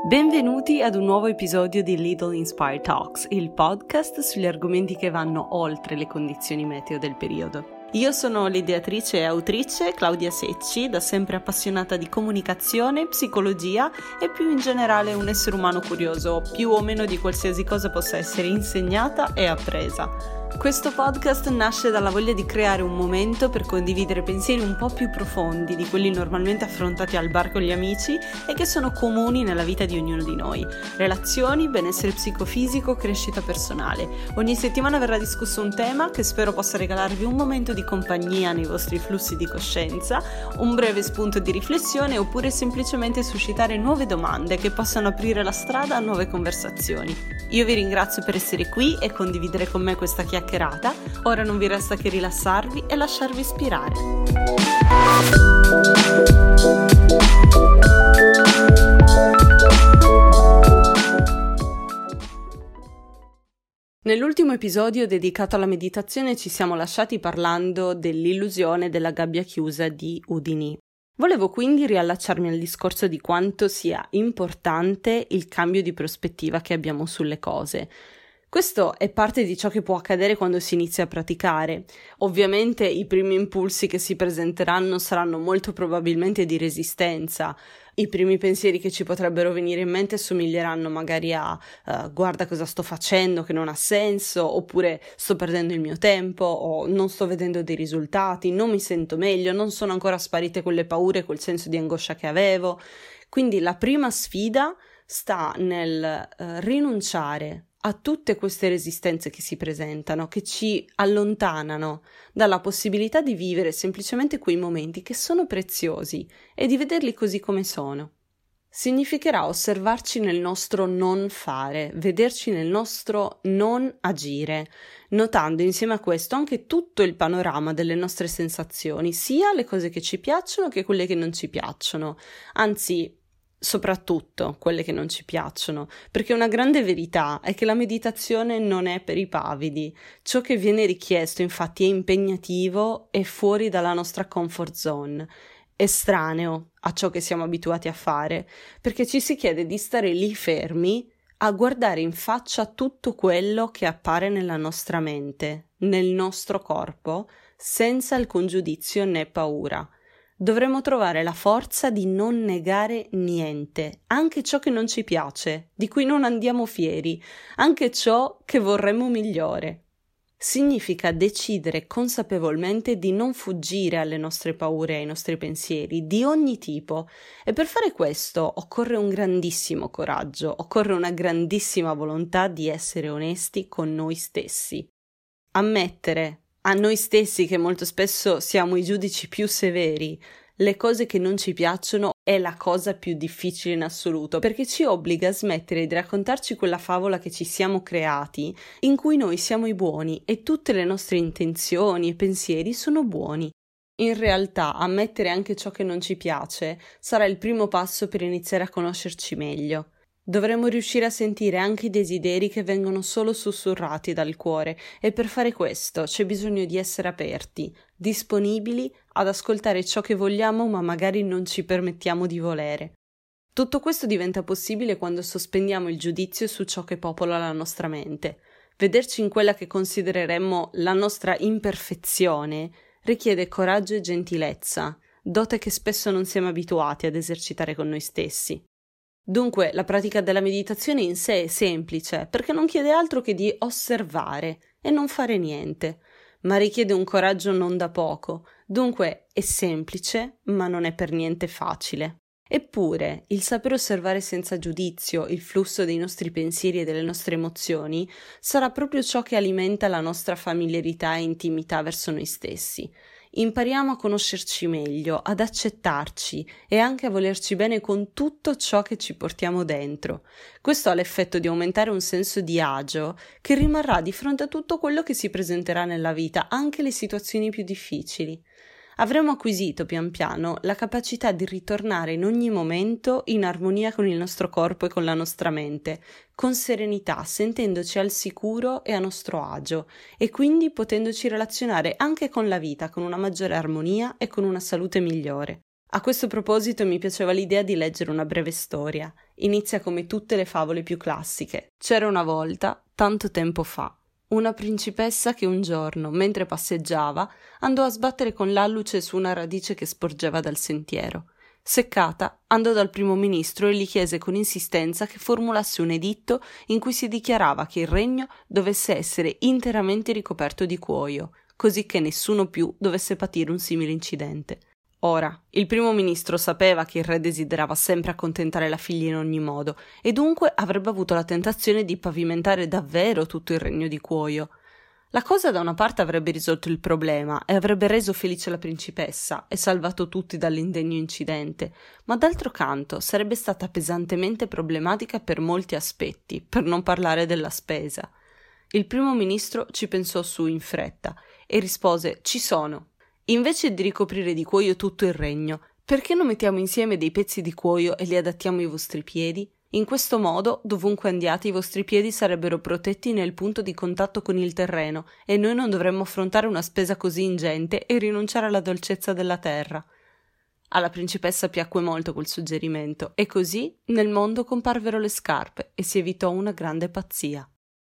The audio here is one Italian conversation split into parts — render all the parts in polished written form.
Benvenuti ad un nuovo episodio di Little Inspire Talks, il podcast sugli argomenti che vanno oltre le condizioni meteo del periodo. Io sono l'ideatrice e autrice Claudia Secci, da sempre appassionata di comunicazione, psicologia e più in generale un essere umano curioso, più o meno di qualsiasi cosa possa essere insegnata e appresa. Questo podcast nasce dalla voglia di creare un momento per condividere pensieri un po' più profondi di quelli normalmente affrontati al bar con gli amici e che sono comuni nella vita di ognuno di noi. Relazioni, benessere psicofisico, crescita personale. Ogni settimana verrà discusso un tema che spero possa regalarvi un momento di compagnia nei vostri flussi di coscienza, un breve spunto di riflessione oppure semplicemente suscitare nuove domande che possano aprire la strada a nuove conversazioni. Io vi ringrazio per essere qui e condividere con me questa chiacchierata. Ora non vi resta che rilassarvi e lasciarvi ispirare. Nell'ultimo episodio dedicato alla meditazione ci siamo lasciati parlando dell'illusione della gabbia chiusa di Houdini. Volevo quindi riallacciarmi al discorso di quanto sia importante il cambio di prospettiva che abbiamo sulle cose. Questo è parte di ciò che può accadere quando si inizia a praticare. Ovviamente i primi impulsi che si presenteranno saranno molto probabilmente di resistenza. I primi pensieri che ci potrebbero venire in mente somiglieranno magari a guarda cosa sto facendo che non ha senso, oppure sto perdendo il mio tempo, o non sto vedendo dei risultati, non mi sento meglio, non sono ancora sparite quelle paure, quel senso di angoscia che avevo. Quindi la prima sfida sta nel rinunciare a tutte queste resistenze che si presentano, che ci allontanano dalla possibilità di vivere semplicemente quei momenti che sono preziosi e di vederli così come sono. Significherà osservarci nel nostro non fare, vederci nel nostro non agire, notando insieme a questo anche tutto il panorama delle nostre sensazioni, sia le cose che ci piacciono che quelle che non ci piacciono, anzi soprattutto quelle che non ci piacciono, perché una grande verità è che la meditazione non è per i pavidi. Ciò che viene richiesto infatti è impegnativo e fuori dalla nostra comfort zone, estraneo a ciò che siamo abituati a fare, perché ci si chiede di stare lì fermi a guardare in faccia tutto quello che appare nella nostra mente, nel nostro corpo, senza alcun giudizio né paura. Dovremmo trovare la forza di non negare niente, anche ciò che non ci piace, di cui non andiamo fieri, anche ciò che vorremmo migliore. Significa decidere consapevolmente di non fuggire alle nostre paure e ai nostri pensieri, di ogni tipo, e per fare questo occorre un grandissimo coraggio, occorre una grandissima volontà di essere onesti con noi stessi. Ammettere a noi stessi, che molto spesso siamo i giudici più severi, le cose che non ci piacciono è la cosa più difficile in assoluto, perché ci obbliga a smettere di raccontarci quella favola che ci siamo creati, in cui noi siamo i buoni e tutte le nostre intenzioni e pensieri sono buoni. In realtà, ammettere anche ciò che non ci piace sarà il primo passo per iniziare a conoscerci meglio. Dovremmo riuscire a sentire anche i desideri che vengono solo sussurrati dal cuore e per fare questo c'è bisogno di essere aperti, disponibili ad ascoltare ciò che vogliamo ma magari non ci permettiamo di volere. Tutto questo diventa possibile quando sospendiamo il giudizio su ciò che popola la nostra mente. Vederci in quella che considereremmo la nostra imperfezione richiede coraggio e gentilezza, dote che spesso non siamo abituati ad esercitare con noi stessi. Dunque, la pratica della meditazione in sé è semplice, perché non chiede altro che di osservare e non fare niente, ma richiede un coraggio non da poco, dunque è semplice, ma non è per niente facile. Eppure, il saper osservare senza giudizio il flusso dei nostri pensieri e delle nostre emozioni sarà proprio ciò che alimenta la nostra familiarità e intimità verso noi stessi. Impariamo a conoscerci meglio, ad accettarci e anche a volerci bene con tutto ciò che ci portiamo dentro. Questo ha l'effetto di aumentare un senso di agio che rimarrà di fronte a tutto quello che si presenterà nella vita, anche le situazioni più difficili. Avremo acquisito pian piano la capacità di ritornare in ogni momento in armonia con il nostro corpo e con la nostra mente, con serenità, sentendoci al sicuro e a nostro agio, e quindi potendoci relazionare anche con la vita con una maggiore armonia e con una salute migliore. A questo proposito mi piaceva l'idea di leggere una breve storia. Inizia come tutte le favole più classiche. C'era una volta, tanto tempo fa, una principessa che un giorno, mentre passeggiava, andò a sbattere con l'alluce su una radice che sporgeva dal sentiero. Seccata, andò dal primo ministro e gli chiese con insistenza che formulasse un editto in cui si dichiarava che il regno dovesse essere interamente ricoperto di cuoio, così che nessuno più dovesse patire un simile incidente. Ora, il primo ministro sapeva che il re desiderava sempre accontentare la figlia in ogni modo, e dunque avrebbe avuto la tentazione di pavimentare davvero tutto il regno di cuoio. La cosa da una parte avrebbe risolto il problema e avrebbe reso felice la principessa e salvato tutti dall'indegno incidente, ma d'altro canto sarebbe stata pesantemente problematica per molti aspetti, per non parlare della spesa. Il primo ministro ci pensò su in fretta e rispose: «Ci sono. Invece di ricoprire di cuoio tutto il regno, perché non mettiamo insieme dei pezzi di cuoio e li adattiamo ai vostri piedi? In questo modo, dovunque andiate, i vostri piedi sarebbero protetti nel punto di contatto con il terreno e noi non dovremmo affrontare una spesa così ingente e rinunciare alla dolcezza della terra». Alla principessa piacque molto quel suggerimento e così nel mondo comparvero le scarpe e si evitò una grande pazzia.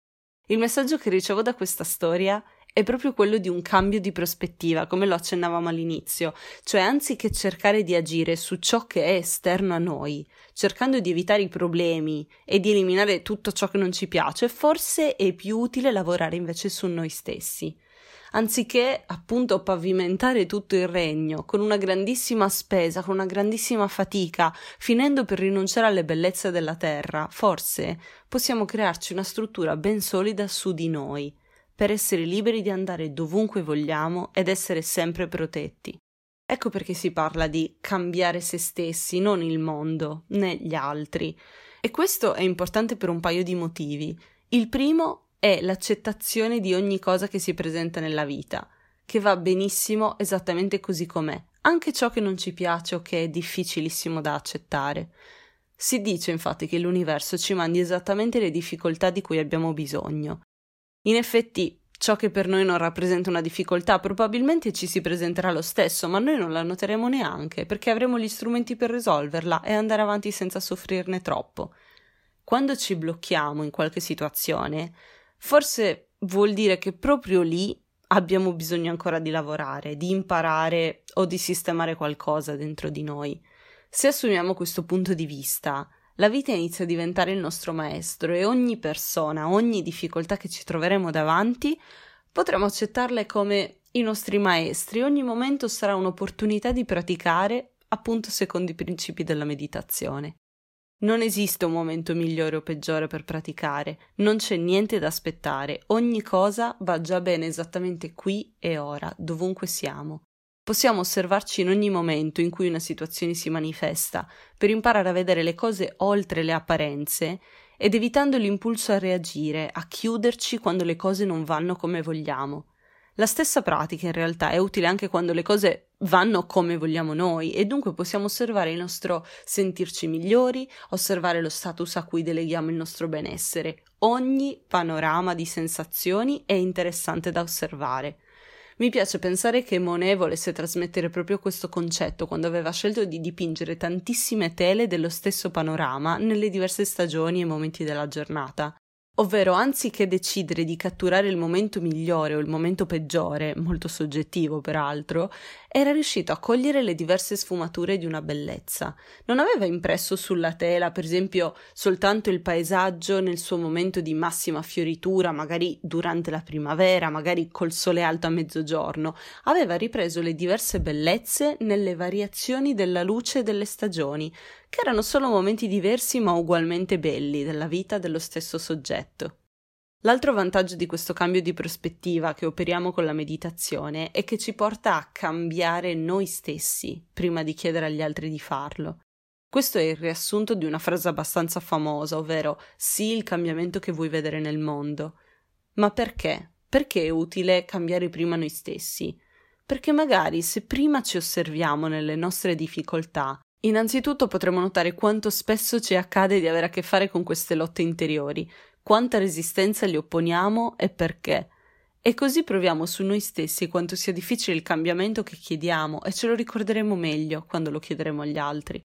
Il messaggio che ricevo da questa storia è proprio quello di un cambio di prospettiva, come lo accennavamo all'inizio, cioè anziché cercare di agire su ciò che è esterno a noi, cercando di evitare i problemi e di eliminare tutto ciò che non ci piace, forse è più utile lavorare invece su noi stessi. Anziché appunto pavimentare tutto il regno con una grandissima spesa, con una grandissima fatica, finendo per rinunciare alle bellezze della terra, forse possiamo crearci una struttura ben solida su di noi, per essere liberi di andare dovunque vogliamo ed essere sempre protetti. Ecco perché si parla di cambiare se stessi, non il mondo, né gli altri. E questo è importante per un paio di motivi. Il primo è l'accettazione di ogni cosa che si presenta nella vita, che va benissimo esattamente così com'è, anche ciò che non ci piace o che è difficilissimo da accettare. Si dice infatti che l'universo ci mandi esattamente le difficoltà di cui abbiamo bisogno. In effetti, ciò che per noi non rappresenta una difficoltà probabilmente ci si presenterà lo stesso, ma noi non la noteremo neanche, perché avremo gli strumenti per risolverla e andare avanti senza soffrirne troppo. Quando ci blocchiamo in qualche situazione, forse vuol dire che proprio lì abbiamo bisogno ancora di lavorare, di imparare o di sistemare qualcosa dentro di noi. Se assumiamo questo punto di vista, la vita inizia a diventare il nostro maestro e ogni persona, ogni difficoltà che ci troveremo davanti, potremo accettarle come i nostri maestri. Ogni momento sarà un'opportunità di praticare, appunto secondo i principi della meditazione. Non esiste un momento migliore o peggiore per praticare, non c'è niente da aspettare, ogni cosa va già bene esattamente qui e ora, dovunque siamo. Possiamo osservarci in ogni momento in cui una situazione si manifesta, per imparare a vedere le cose oltre le apparenze ed evitando l'impulso a reagire, a chiuderci quando le cose non vanno come vogliamo. La stessa pratica in realtà è utile anche quando le cose vanno come vogliamo noi e dunque possiamo osservare il nostro sentirci migliori, osservare lo status a cui deleghiamo il nostro benessere. Ogni panorama di sensazioni è interessante da osservare. Mi piace pensare che Monet volesse trasmettere proprio questo concetto quando aveva scelto di dipingere tantissime tele dello stesso panorama nelle diverse stagioni e momenti della giornata. Ovvero, anziché decidere di catturare il momento migliore o il momento peggiore, molto soggettivo peraltro, era riuscito a cogliere le diverse sfumature di una bellezza. Non aveva impresso sulla tela, per esempio, soltanto il paesaggio nel suo momento di massima fioritura, magari durante la primavera, magari col sole alto a mezzogiorno. Aveva ripreso le diverse bellezze nelle variazioni della luce delle stagioni, che erano solo momenti diversi ma ugualmente belli della vita dello stesso soggetto. L'altro vantaggio di questo cambio di prospettiva che operiamo con la meditazione è che ci porta a cambiare noi stessi prima di chiedere agli altri di farlo. Questo è il riassunto di una frase abbastanza famosa, ovvero sii il cambiamento che vuoi vedere nel mondo. Ma perché? Perché è utile cambiare prima noi stessi? Perché magari se prima ci osserviamo nelle nostre difficoltà, innanzitutto potremo notare quanto spesso ci accade di avere a che fare con queste lotte interiori, quanta resistenza gli opponiamo e perché. E così proviamo su noi stessi quanto sia difficile il cambiamento che chiediamo e ce lo ricorderemo meglio quando lo chiederemo agli altri.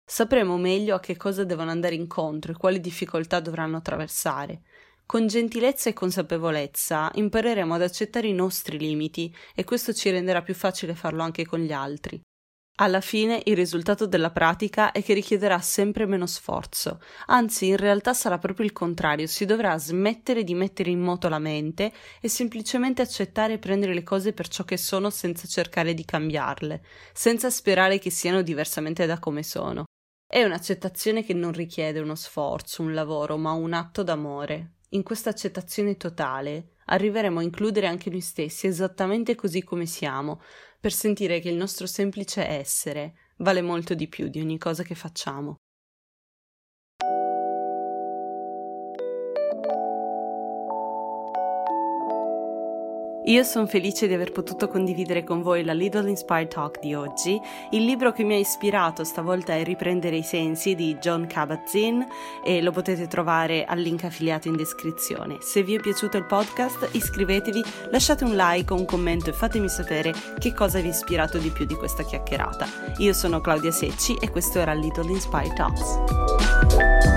Sapremo meglio a che cosa devono andare incontro e quali difficoltà dovranno attraversare. Con gentilezza e consapevolezza impareremo ad accettare i nostri limiti e questo ci renderà più facile farlo anche con gli altri. Alla fine il risultato della pratica è che richiederà sempre meno sforzo, anzi in realtà sarà proprio il contrario, si dovrà smettere di mettere in moto la mente e semplicemente accettare e prendere le cose per ciò che sono senza cercare di cambiarle, senza sperare che siano diversamente da come sono. È un'accettazione che non richiede uno sforzo, un lavoro, ma un atto d'amore. In questa accettazione totale arriveremo a includere anche noi stessi esattamente così come siamo, per sentire che il nostro semplice essere vale molto di più di ogni cosa che facciamo. Io sono felice di aver potuto condividere con voi la Little Inspired Talk di oggi. Il libro che mi ha ispirato stavolta è Riprendere i sensi di Jon Kabat-Zinn e lo potete trovare al link affiliato in descrizione. Se vi è piaciuto il podcast iscrivetevi, lasciate un like o un commento e fatemi sapere che cosa vi ha ispirato di più di questa chiacchierata. Io sono Claudia Secci e questo era Little Inspired Talks.